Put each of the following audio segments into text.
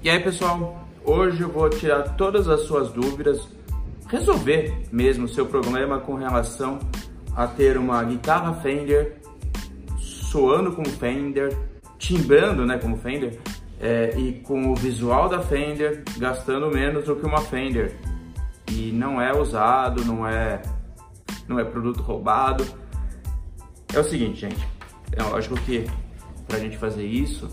E aí, pessoal, hoje eu vou tirar todas as suas dúvidas, resolver mesmo o seu problema com relação a ter uma guitarra Fender, soando como Fender, timbrando, né, como Fender, e com o visual da Fender, gastando menos do que uma Fender. E não é usado, não é produto roubado. É o seguinte, gente, é lógico que pra gente fazer isso,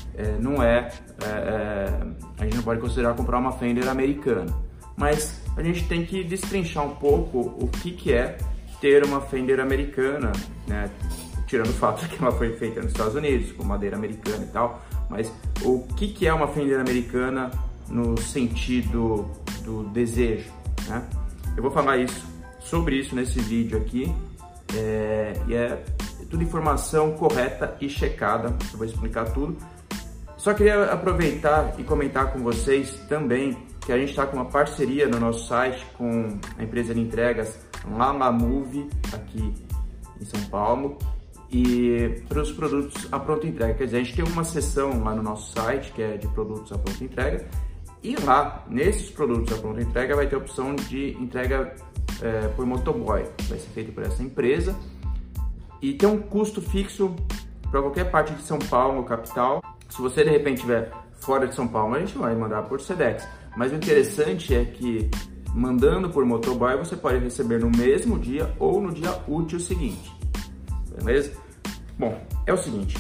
a gente não pode considerar comprar uma Fender americana, mas a gente tem que destrinchar um pouco o que é ter uma Fender americana, né? Tirando o fato que ela foi feita nos Estados Unidos, com madeira americana e tal, mas o que é uma Fender americana no sentido do desejo, né? Eu vou falar sobre isso nesse vídeo aqui, e é tudo informação correta e checada, eu vou explicar tudo. Só queria aproveitar e comentar com vocês também que a gente está com uma parceria no nosso site com a empresa de entregas Lalamove, aqui em São Paulo, e para os produtos à pronta entrega. Quer dizer, a gente tem uma seção lá no nosso site que é de produtos à pronta entrega, e lá, nesses produtos à pronta entrega, vai ter a opção de entrega por motoboy, vai ser feito por essa empresa, e tem um custo fixo para qualquer parte de São Paulo, capital. Se você de repente estiver fora de São Paulo, a gente vai mandar por Sedex, mas o interessante é que mandando por motoboy você pode receber no mesmo dia ou no dia útil seguinte, beleza? Bom, é o seguinte,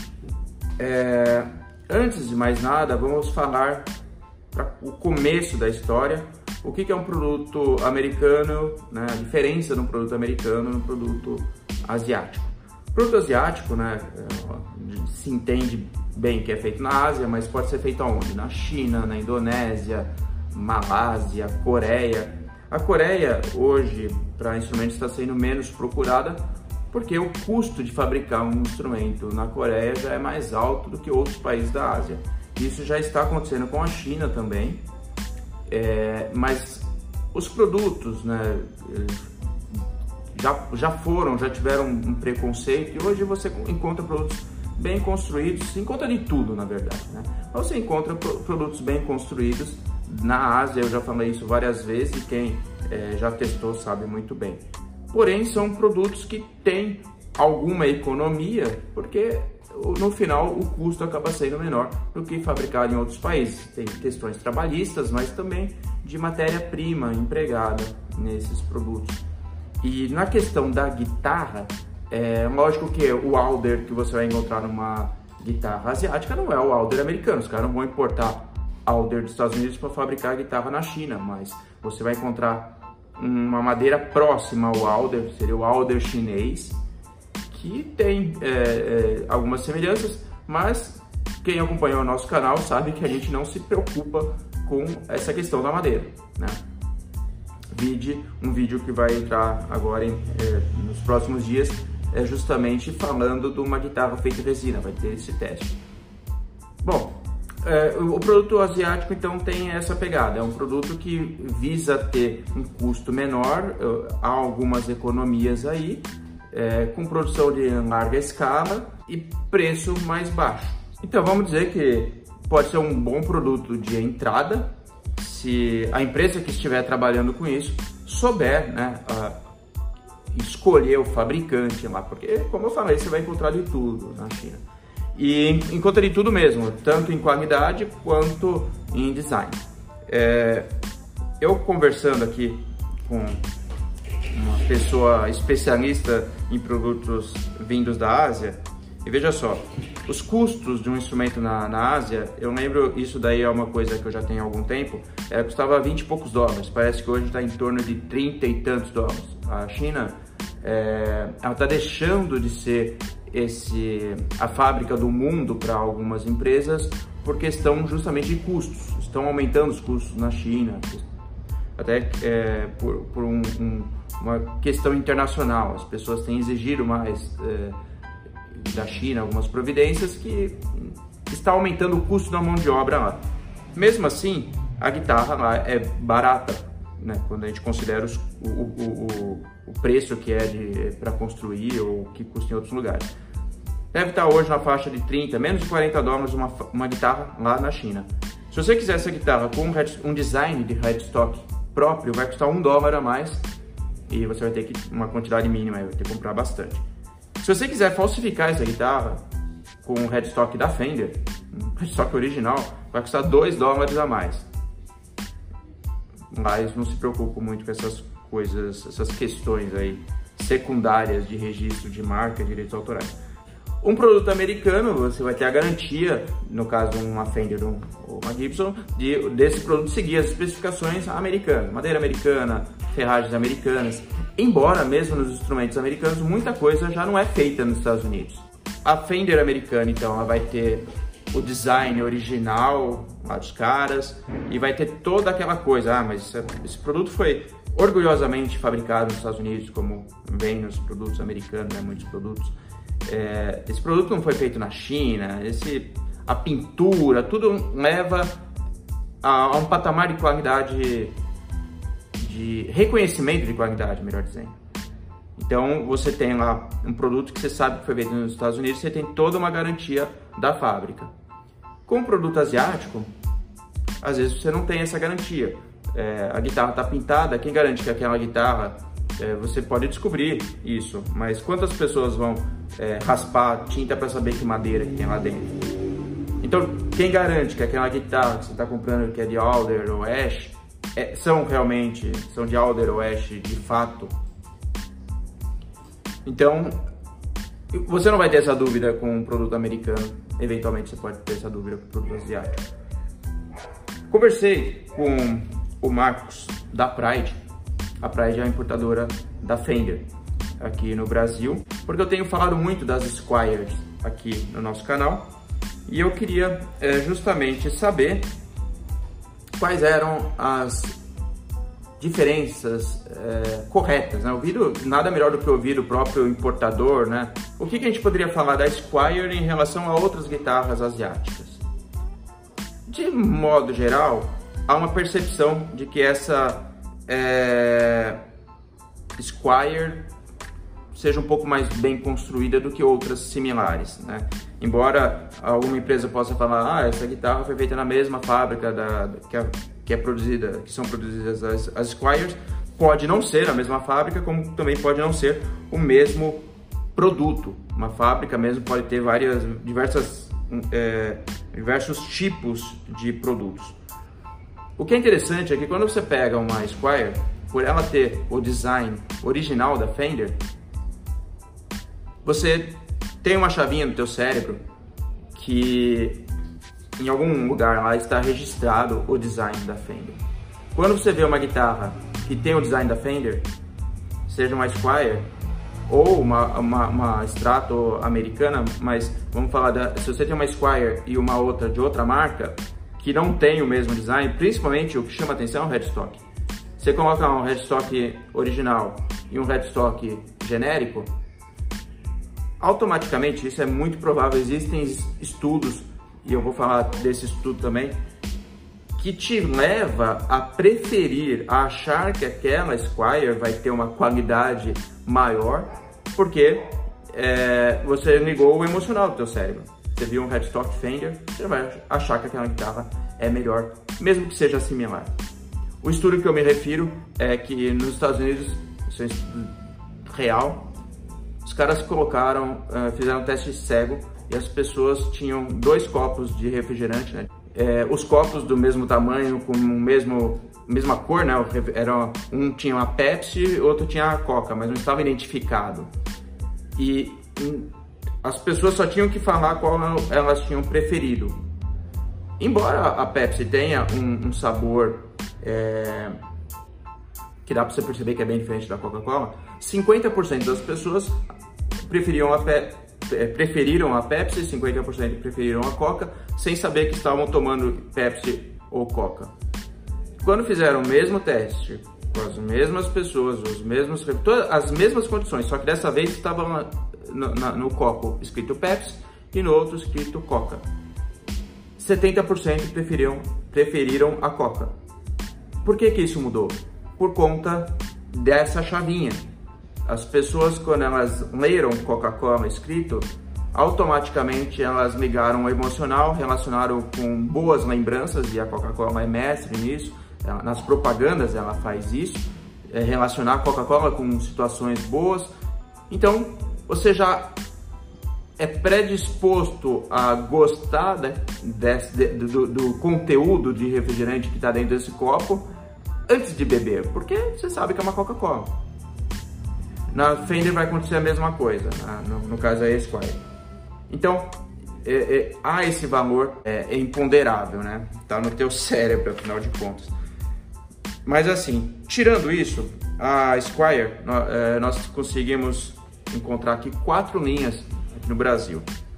antes de mais nada, vamos falar para o começo da história, o que é um produto americano, né? A diferença de um produto americano e um produto asiático. O produto asiático, né, se entende bem que é feito na Ásia, mas pode ser feito aonde? Na China, na Indonésia, Malásia, Coreia. A Coreia hoje, para instrumentos, está sendo menos procurada porque o custo de fabricar um instrumento na Coreia já é mais alto do que outros países da Ásia. Isso já está acontecendo com a China também, mas os produtos, né, já tiveram um preconceito, e hoje você encontra produtos bem construídos, encontra de tudo na verdade, né? Você encontra produtos bem construídos na Ásia, eu já falei isso várias vezes, e quem já testou sabe muito bem. Porém, são produtos que têm alguma economia, porque no final o custo acaba sendo menor do que fabricado em outros países. Tem questões trabalhistas, mas também de matéria-prima empregada nesses produtos. E na questão da guitarra, lógico que o Alder que você vai encontrar numa guitarra asiática não é o Alder americano. Os caras não vão importar Alder dos Estados Unidos para fabricar a guitarra na China, mas você vai encontrar uma madeira próxima ao Alder, seria o Alder chinês, que tem algumas semelhanças, mas quem acompanhou o nosso canal sabe que a gente não se preocupa com essa questão da madeira, né? Um vídeo que vai entrar agora nos próximos dias, justamente falando de uma guitarra feita em resina, vai ter esse teste. Bom, o produto asiático então tem essa pegada, é um produto que visa ter um custo menor, há algumas economias aí, com produção de larga escala e preço mais baixo. Então vamos dizer que pode ser um bom produto de entrada, se a empresa que estiver trabalhando com isso souber, né, escolher o fabricante lá, porque como eu falei, você vai encontrar de tudo na China. E encontra de tudo mesmo, tanto em qualidade quanto em design. Eu conversando aqui com uma pessoa especialista em produtos vindos da Ásia, e veja só, os custos de um instrumento na Ásia, eu lembro, isso daí é uma coisa que eu já tenho há algum tempo, custava 20 e poucos dólares, parece que hoje está em torno de 30 e tantos dólares. A China, ela está deixando de ser a fábrica do mundo para algumas empresas por questão justamente de custos. Estão aumentando os custos na China, até por uma questão internacional. As pessoas têm exigido mais da China algumas providências que está aumentando o custo da mão de obra lá. Mesmo assim, a guitarra lá é barata, né, quando a gente considera o preço que para construir ou que custa em outros lugares. Deve estar hoje na faixa de 30, menos de 40 dólares uma guitarra lá na China. Se você quiser essa guitarra com um design de headstock próprio, vai custar $1 a mais e você vai ter que uma quantidade mínima, vai ter que comprar bastante. Se você quiser falsificar essa guitarra com o headstock da Fender, um headstock original, vai custar $2 a mais. Mas não se preocupe muito com essas coisas, essas questões aí secundárias de registro de marca, direitos autorais. Um produto americano, você vai ter a garantia, no caso uma Fender ou uma Gibson, desse produto seguir as especificações americanas, madeira americana, ferragens americanas. Embora mesmo nos instrumentos americanos, muita coisa já não é feita nos Estados Unidos. A Fender americana, então, ela vai ter o design original lá dos caras e vai ter toda aquela coisa, mas esse produto foi orgulhosamente fabricado nos Estados Unidos, como vem nos produtos americanos, né, muitos produtos. Esse produto não foi feito na China, a pintura, tudo leva a um patamar de qualidade, de reconhecimento de qualidade, melhor dizendo. Então você tem lá um produto que você sabe que foi feito nos Estados Unidos, você tem toda uma garantia da fábrica. Com o produto asiático, às vezes você não tem essa garantia. A guitarra está pintada, quem garante que aquela guitarra, você pode descobrir isso, mas quantas pessoas vão raspar tinta para saber que madeira que tem lá dentro? Então, quem garante que aquela guitarra que você está comprando, que é de Alder ou Ash, são de Alder ou Ash de fato? Então, você não vai ter essa dúvida com um produto americano, eventualmente você pode ter essa dúvida com o produto asiático. Conversei com o Marcos da Pride. A Pride é a importadora da Fender aqui no Brasil, porque eu tenho falado muito das Squiers aqui no nosso canal e eu queria justamente saber quais eram as diferenças corretas, né? Nada melhor do que ouvir o próprio importador, né? O que a gente poderia falar da Squier em relação a outras guitarras asiáticas? De modo geral, há uma percepção de que essa Squier seja um pouco mais bem construída do que outras similares, né? Embora alguma empresa possa falar, essa guitarra foi feita na mesma fábrica que são produzidas as Squiers, pode não ser a mesma fábrica, como também pode não ser o mesmo produto. Uma fábrica mesmo pode ter diversos tipos de produtos. O que é interessante é que quando você pega uma Squier, por ela ter o design original da Fender, você tem uma chavinha no teu cérebro que em algum lugar lá está registrado o design da Fender. Quando você vê uma guitarra que tem o design da Fender, seja uma Squier ou uma Strato americana, mas vamos falar se você tem uma Squier e uma outra de outra marca que não tem o mesmo design, principalmente o que chama atenção é o headstock. Você coloca um headstock original e um headstock genérico, automaticamente, isso é muito provável, existem estudos, e eu vou falar desse estudo também, que te leva a preferir, a achar que aquela Squier vai ter uma qualidade maior, porque você ligou o emocional do teu cérebro. Você viu um headstock Fender, você vai achar que aquela guitarra é melhor, mesmo que seja similar. O estudo que eu me refiro é que nos Estados Unidos, isso é um estudo real, os caras fizeram um teste cego e as pessoas tinham 2 copos de refrigerante, né? Os copos do mesmo tamanho, com mesma cor, né? Um tinha a Pepsi, outro tinha a Coca, mas não estava identificado. E as pessoas só tinham que falar qual elas tinham preferido. Embora a Pepsi tenha um sabor que dá para você perceber que é bem diferente da Coca-Cola, 50% das pessoas preferiram a Pepsi, 50% preferiram a Coca, sem saber que estavam tomando Pepsi ou Coca. Quando fizeram o mesmo teste, com as mesmas pessoas, as mesmas condições, só que dessa vez estava no copo escrito Pepsi e no outro escrito Coca. 70% preferiram a Coca. Por que isso mudou? Por conta dessa chavinha. As pessoas, quando elas leram Coca-Cola escrito, automaticamente elas ligaram o emocional, relacionaram com boas lembranças, e a Coca-Cola é mestre nisso, nas propagandas ela faz isso, relacionar a Coca-Cola com situações boas. Então você já é predisposto a gostar do conteúdo de refrigerante que está dentro desse copo antes de beber, porque você sabe que é uma Coca-Cola. Na Fender vai acontecer a mesma coisa, no caso é Esquire. Então, há esse valor, é imponderável, né? Tá no teu cérebro, afinal de contas. Mas assim, tirando isso, a Esquire, nós conseguimos encontrar aqui 4 linhas aqui no Brasil.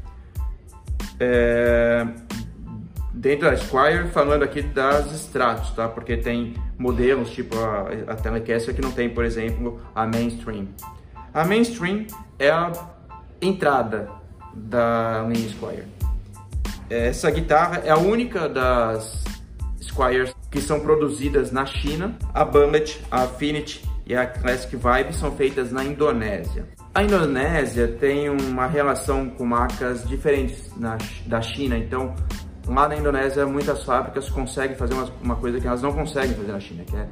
Dentro da Esquire, falando aqui das Stratos, tá? Porque tem modelos tipo a Telecaster que não tem, por exemplo, a Mainstream. A Mainstream é a entrada da linha Esquire. Essa guitarra é a única das Esquires que são produzidas na China. A Bullet, a Affinity e a Classic Vibe são feitas na Indonésia. A Indonésia tem uma relação com marcas diferentes da China, então lá na Indonésia muitas fábricas conseguem fazer uma coisa que elas não conseguem fazer na China, que é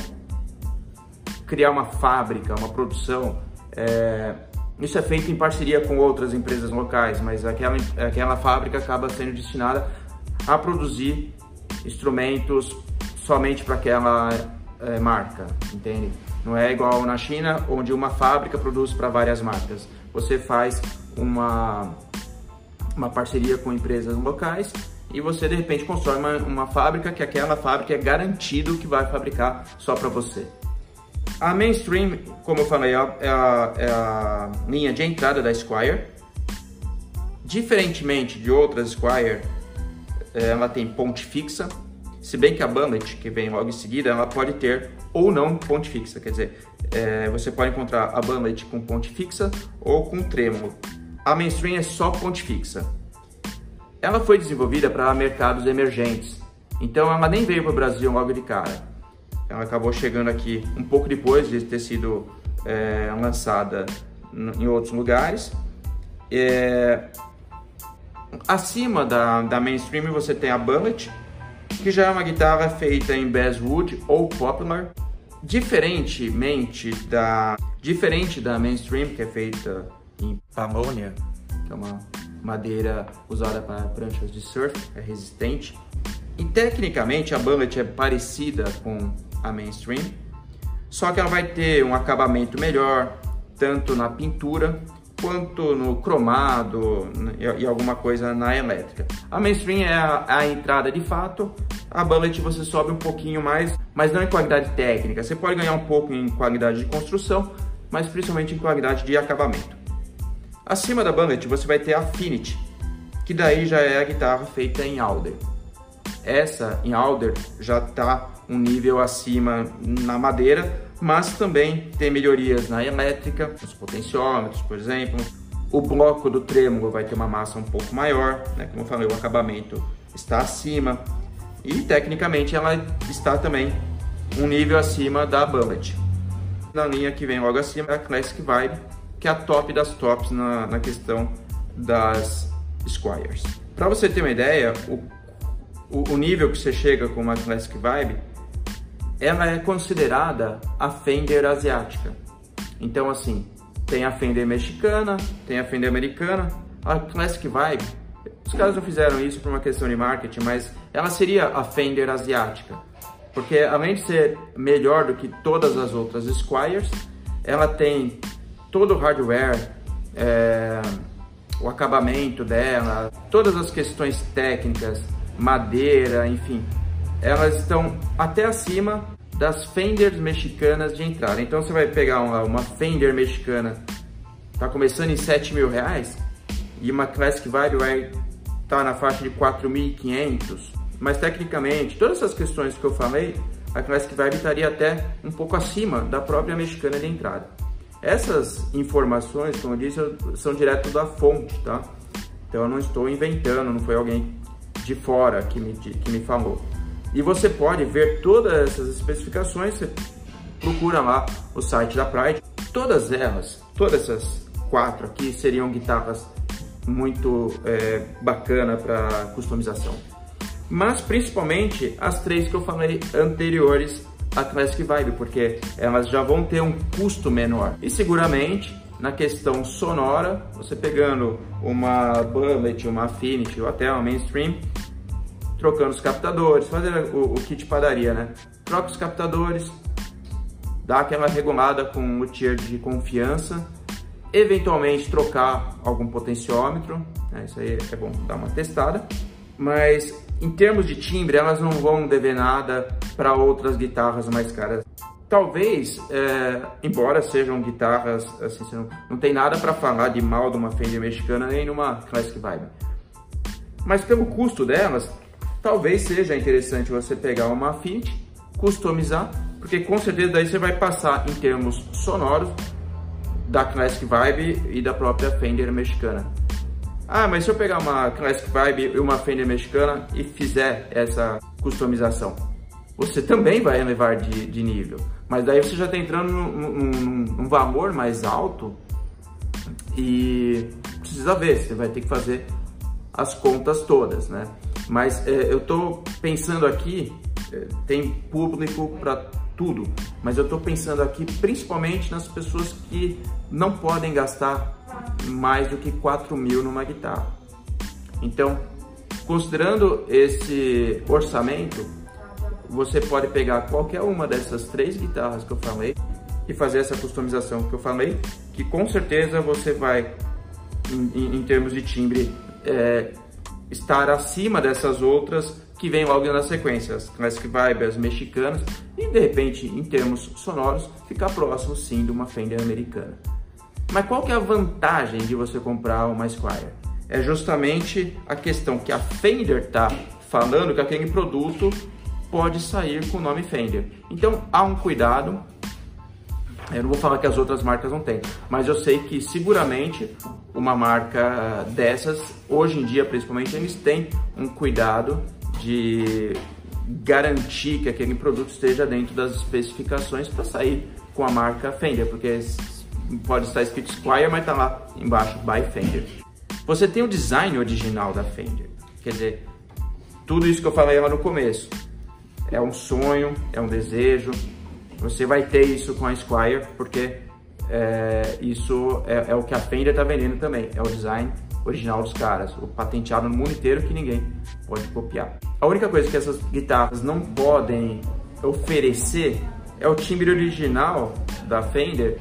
criar uma fábrica, uma produção. Isso é feito em parceria com outras empresas locais, mas aquela fábrica acaba sendo destinada a produzir instrumentos somente para aquela marca, entende? Não é igual na China, onde uma fábrica produz para várias marcas. Você faz uma parceria com empresas locais e você de repente constrói uma fábrica que aquela fábrica é garantido que vai fabricar só para você. A Mainstream, como eu falei, é a linha de entrada da Esquire. Diferentemente de outras Esquire, ela tem ponte fixa, se bem que a Bullet, que vem logo em seguida, ela pode ter ou não ponte fixa, quer dizer, você pode encontrar a Bullet com ponte fixa ou com trêmulo. A Mainstream é só ponte fixa. Ela foi desenvolvida para mercados emergentes, então ela nem veio para o Brasil logo de cara. Ela acabou chegando aqui um pouco depois de ter sido lançada em outros lugares. Acima da Mainstream você tem a Bullet, que já é uma guitarra feita em basswood ou poplar. Diferente da Mainstream, que é feita em paulownia, que é uma madeira usada para pranchas de surf, é resistente. E tecnicamente a Bullet é parecida com a Mainstream, só que ela vai ter um acabamento melhor, tanto na pintura quanto no cromado e alguma coisa na elétrica. A Mainstream é a entrada de fato, a Bullet você sobe um pouquinho mais, mas não em qualidade técnica. Você pode ganhar um pouco em qualidade de construção, mas principalmente em qualidade de acabamento. Acima da Bullet você vai ter a Affinity, que daí já é a guitarra feita em Alder. Essa em Alder já está um nível acima na madeira, mas também tem melhorias na elétrica, nos potenciômetros, por exemplo. O bloco do trêmulo vai ter uma massa um pouco maior, né? Como eu falei, o acabamento está acima. E tecnicamente ela está também um nível acima da Bullet. Na linha que vem logo acima é a Classic Vibe, que é a top das tops na questão das Esquires. Para você ter uma ideia, o nível que você chega com uma Classic Vibe, ela é considerada a Fender asiática. Então assim, tem a Fender mexicana, tem a Fender americana, a Classic Vibe, os caras não fizeram isso por uma questão de marketing, mas ela seria a Fender asiática. Porque além de ser melhor do que todas as outras Esquires, ela tem todo o hardware, o acabamento dela, todas as questões técnicas, madeira, enfim, elas estão até acima das Fenders mexicanas de entrada. Então você vai pegar uma Fender mexicana, tá começando em R$7.000, e uma Classic Vibe vai estar na faixa de 4.500, mas tecnicamente, todas essas questões que eu falei, a Classic Vibe estaria até um pouco acima da própria mexicana de entrada. Essas informações, como eu disse, são direto da fonte, tá? Então eu não estou inventando, não foi alguém de fora que me falou. E você pode ver todas essas especificações, você procura lá o site da Pride. Todas essas 4 aqui seriam guitarras muito bacana para customização. Mas principalmente as três que eu falei anteriores à Classic Vibe, porque elas já vão ter um custo menor. E seguramente na questão sonora, você pegando uma Bullet, uma Affinity ou até uma Mainstream, trocando os captadores, fazendo o kit padaria, né? Troca os captadores, dá aquela regulada com o tier de confiança, eventualmente trocar algum potenciômetro, né? Isso aí é bom dar uma testada, mas em termos de timbre elas não vão dever nada para outras guitarras mais caras. Talvez, embora sejam guitarras, assim, você não tem nada para falar de mal de uma Fender mexicana nem numa Classic Vibe, mas pelo custo delas, talvez seja interessante você pegar uma Affinity, customizar, porque com certeza daí você vai passar em termos sonoros da Classic Vibe e da própria Fender mexicana. Ah, mas se eu pegar uma Classic Vibe e uma Fender mexicana e fizer essa customização, você também vai elevar de nível, mas daí você já está entrando num valor mais alto e precisa ver, você vai ter que fazer as contas todas, né? Mas eu estou pensando aqui, tem público para tudo, mas eu estou pensando aqui principalmente nas pessoas que não podem gastar mais do que 4 mil numa guitarra. Então, considerando esse orçamento, você pode pegar qualquer uma dessas três guitarras que eu falei e fazer essa customização que eu falei, que com certeza você vai, em termos de timbre, estar acima dessas outras que vem logo na sequência, as Classic Vibe, as mexicanas, e de repente, em termos sonoros, ficar próximo sim de uma Fender americana. Mas qual que é a vantagem de você comprar uma Squier? É justamente a questão que a Fender está falando que aquele produto pode sair com o nome Fender. Então há um cuidado, eu não vou falar que as outras marcas não têm, mas eu sei que seguramente uma marca dessas, hoje em dia principalmente, eles têm um cuidado de garantir que aquele produto esteja dentro das especificações para sair com a marca Fender, porque pode estar escrito Squier, mas está lá embaixo by Fender. Você tem o design original da Fender, quer dizer, tudo isso que eu falei lá no começo é um sonho, é um desejo. Você vai ter isso com a Squier, porque isso é o que a Fender está vendendo também, é o design original dos caras, o patenteado no mundo inteiro que ninguém pode copiar. A única coisa que essas guitarras não podem oferecer é o timbre original da Fender,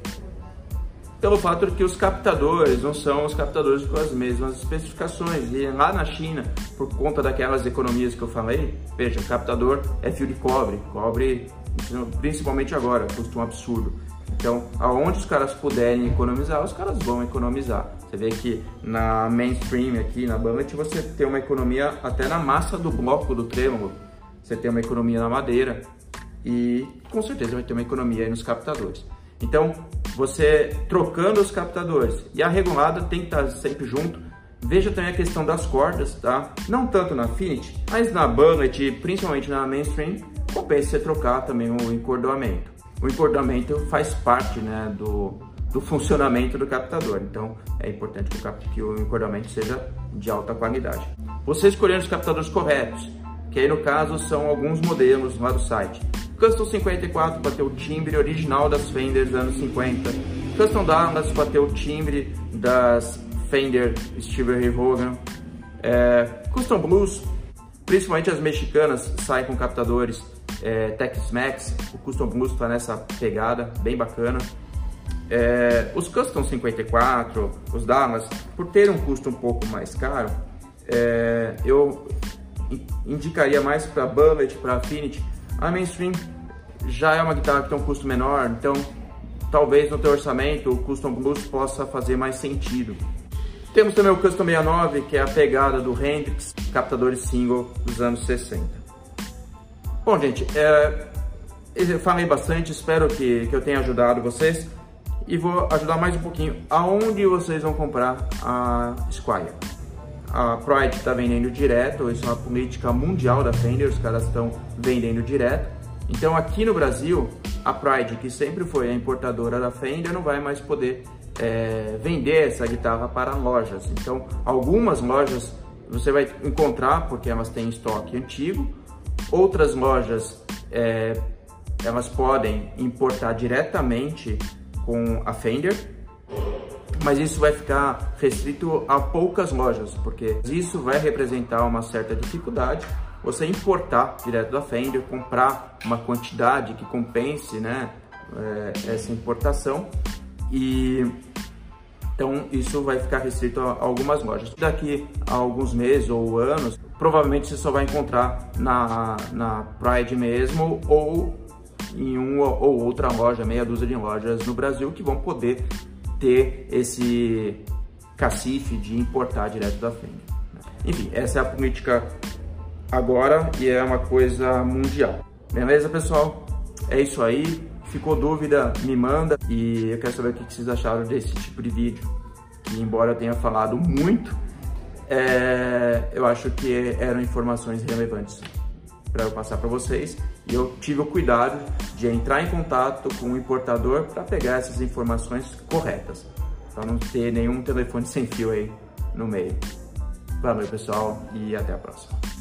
pelo fato de que os captadores não são os captadores com as mesmas especificações. E lá na China, por conta daquelas economias que eu falei, veja, captador é fio de cobre, principalmente agora, custa um absurdo. Então, aonde os caras puderem economizar, os caras vão economizar. Você vê que na Mainstream aqui, na Bullet, você tem uma economia até na massa do bloco do trêmulo, você tem uma economia na madeira e com certeza vai ter uma economia aí nos captadores. Então, você trocando os captadores e a regulada tem que estar sempre junto. Veja também a questão das cordas, tá? Não tanto na Affinity, mas na Bullet e principalmente na Mainstream, compensa você trocar também o encordoamento. O encordoamento faz parte, né, do funcionamento do captador, então é importante que o encordoamento seja de alta qualidade. Você escolhendo os captadores corretos, que aí no caso são alguns modelos lá do site. Custom 54 para ter o timbre original das Fender dos anos 50. Custom Dallas para ter o timbre das Fender Steve Ray Vaughan. Custom Blues, principalmente as mexicanas, saem com captadores Texas Max. O Custom Blues está nessa pegada, bem bacana. Os Custom 54, os Dallas, por ter um custo um pouco mais caro, eu indicaria mais para Bullet, para Affinity. A Mainstream já é uma guitarra que tem um custo menor, então talvez no teu orçamento o Custom Blues possa fazer mais sentido. Temos também o Custom 69, que é a pegada do Hendrix, captadores single dos anos 60. Bom, gente, eu falei bastante, espero que eu tenha ajudado vocês e vou ajudar mais um pouquinho aonde vocês vão comprar a Squier. A Pride está vendendo direto, isso é uma política mundial da Fender, os caras estão vendendo direto. Então aqui no Brasil, a Pride, que sempre foi a importadora da Fender, não vai mais poder vender essa guitarra para lojas. Então, algumas lojas você vai encontrar porque elas têm estoque antigo, outras lojas elas podem importar diretamente com a Fender, mas isso vai ficar restrito a poucas lojas, porque isso vai representar uma certa dificuldade. Você importar direto da Fender, comprar uma quantidade que compense, né, essa importação, e então isso vai ficar restrito a algumas lojas. Daqui a alguns meses ou anos, provavelmente você só vai encontrar na Pride mesmo, ou em uma ou outra loja, meia dúzia de lojas no Brasil, que vão poder ter esse cacife de importar direto da Fender. Enfim, essa é a política agora e é uma coisa mundial. Beleza, pessoal? É isso aí. Ficou dúvida? Me manda. E eu quero saber o que vocês acharam desse tipo de vídeo, que embora eu tenha falado muito, eu acho que eram informações relevantes para eu passar para vocês, e eu tive o cuidado de entrar em contato com o importador para pegar essas informações corretas, para não ter nenhum telefone sem fio aí no meio. Valeu, pessoal, e até a próxima.